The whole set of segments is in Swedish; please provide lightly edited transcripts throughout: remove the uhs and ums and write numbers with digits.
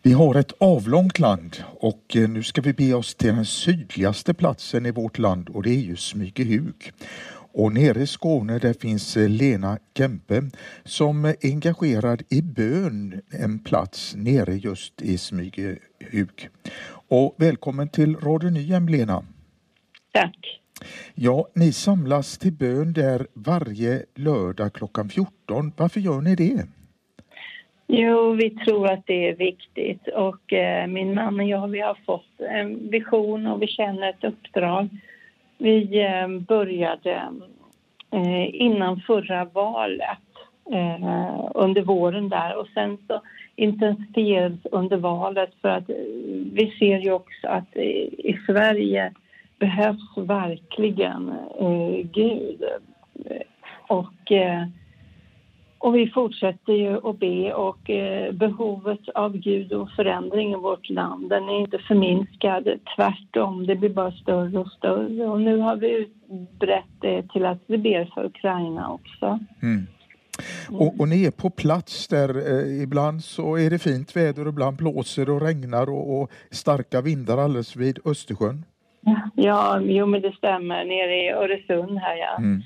Vi har ett avlångt land och nu ska vi be oss till den sydligaste platsen i vårt land och det är ju Smygehuk. Och nere i Skåne där finns Lena Kempe som är engagerad i bön, en plats nere just i Smygehuk. Och välkommen till Radio Nyhem, Lena. Tack. Ja, ni samlas till bön där varje lördag klockan 14. Varför gör ni det? Jo, vi tror att det är viktigt och min man och jag, vi har fått en vision och vi känner ett uppdrag. Vi började innan förra valet under våren där och sen så intensifierades under valet för att vi ser ju också att i Sverige behövs verkligen Gud och vi fortsätter ju att be och behovet av Gud och förändring i vårt land, den är inte förminskad, tvärtom, det blir bara större och större. Och nu har vi utbrett det till att vi ber för Ukraina också. Mm. Och ni är på plats där, ibland så är det fint väder och ibland blåser och regnar och starka vindar alldeles vid Östersjön. Ja, jo men det stämmer, nere i Öresund här ja. Mm.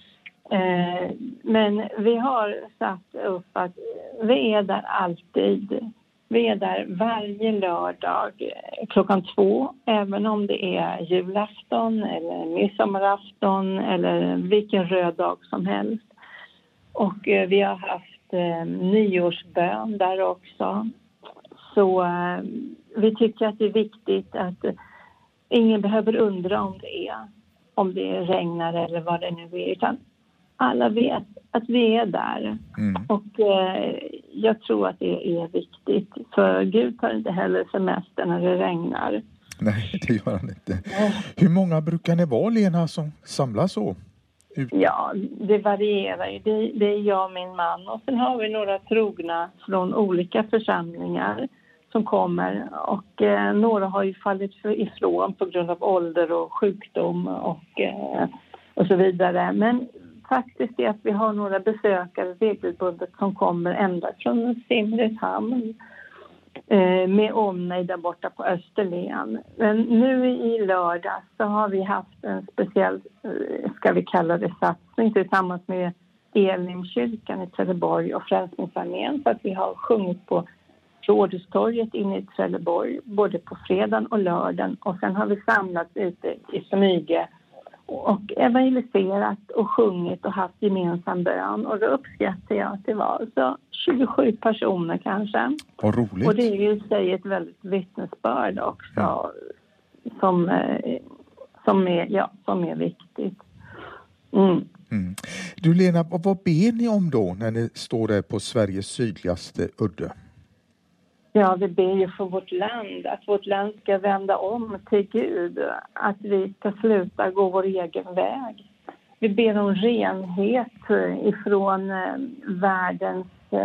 Men vi har satt upp att vi är där alltid. Vi är där varje lördag klockan 2, även om det är julafton eller midsommarafton eller vilken röd dag som helst. Och vi har haft nyårsbön där också. Så vi tycker att det är viktigt att ingen behöver undra om det regnar eller vad det nu är, utan alla vet att vi är där. Mm. Och jag tror att det är viktigt. För Gud tar inte heller semester när det regnar. Nej, det gör han inte. Hur många brukar ni vara, Lena, som samlas så? Ja, det varierar ju. Det är jag och min man. Och sen har vi några trogna från olika församlingar som kommer. Och några har ju fallit ifrån på grund av ålder och sjukdom och så vidare. Men faktiskt är att vi har några besökare regelbundet som kommer ända från Simrishamn med omnejd där borta på Österlen. Men nu i lördag så har vi haft en speciell, ska vi kalla det, satsning tillsammans med Elimkyrkan i Trelleborg och Frälsningsarmén, för att vi har sjungit på Rådhustorget inne i Trelleborg både på fredagen och lördagen, och sen har vi samlats ute i Smyge och evangeliserat och sjungit och haft gemensam bön. Och då uppskattar jag att det var så 27 personer kanske. Vad roligt. Och det är ju sig ett väldigt vittnesbörd också som är viktigt. Mm. Mm. Du Lena, vad ber ni om då när ni står där på Sveriges sydligaste udde? Ja, vi ber ju för vårt land, att vårt land ska vända om till Gud, att vi ska sluta gå vår egen väg. Vi ber om renhet ifrån världens,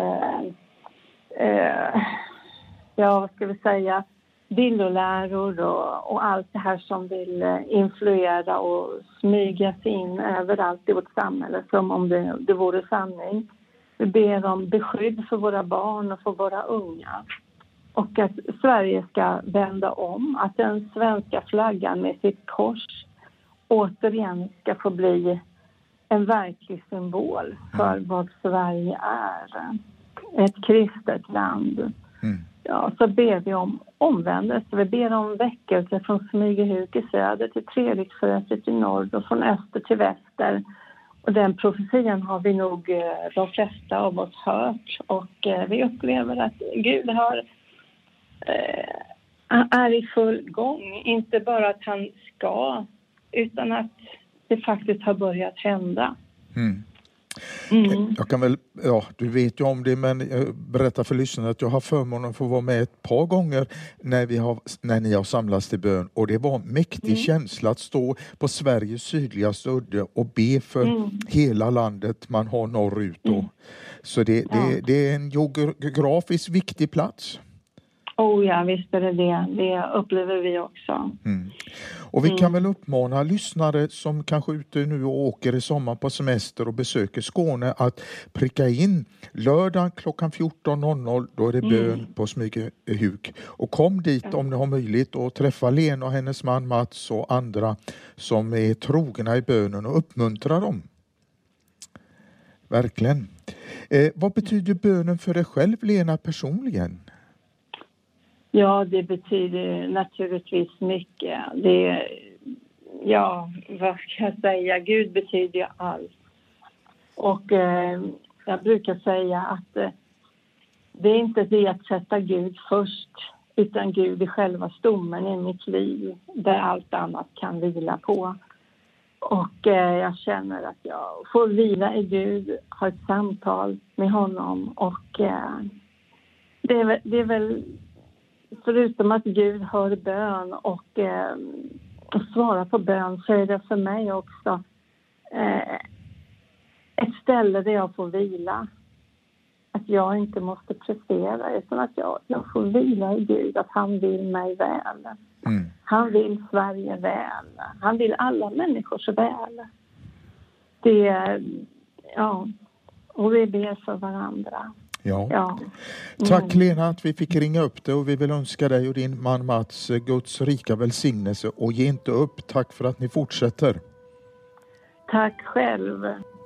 vad ska vi säga, villoläror och allt det här som vill influera och smyga sig in överallt i vårt samhälle som om det vore sanning. Vi ber om beskydd för våra barn och för våra unga. Och att Sverige ska vända om, att den svenska flaggan med sitt kors återigen ska få bli en verklig symbol för vad Sverige är. Ett kristet land. Mm. Ja, så ber vi om omvändelse. Vi ber om väckelse från Smygehuk i söder till Treriksröset i norr och från öster till väster. Och den profetian har vi nog de flesta av oss hört. Och vi upplever att Gud är i full gång. Inte bara att han ska, utan att det faktiskt har börjat hända. Mm. Mm. Jag kan väl, du vet ju om det, men jag berättar för lyssnarna att jag har förmånen att få vara med ett par gånger när ni har samlats till bön, och det var en mäktig känsla att stå på Sveriges sydligaste udde och be för hela landet man har norrut då. Så det är en geografiskt viktig plats. Oh ja, visst är det. Det upplever vi också. Mm. Och vi kan väl uppmana lyssnare som kanske är ute nu och åker i sommar på semester och besöker Skåne att pricka in lördag klockan 14.00, då är det bön på Smygehuk. Och kom dit om ni har möjlighet och träffa Lena och hennes man Mats och andra som är trogna i bönen och uppmuntra dem. Verkligen. Vad betyder bönen för dig själv, Lena, personligen? Ja, det betyder naturligtvis mycket. Vad ska jag säga? Gud betyder ju allt. Och jag brukar säga att det är inte det att sätta Gud först, utan Gud är själva stommen i mitt liv, där allt annat kan vila på. Och jag känner att jag får vila i Gud, ha ett samtal med honom. Och det är väl förutom att Gud hör bön och svarar på bön, så är det för mig också ett ställe där jag får vila. Att jag inte måste prestera, utan att jag får vila i Gud, att han vill mig väl. Han vill Sverige väl. Han vill alla människors väl. Och vi ber för varandra. Ja. Tack Lena att vi fick ringa upp dig, och vi vill önska dig och din man Mats Guds rika välsignelse, och ge inte upp. Tack för att ni fortsätter. Tack själv.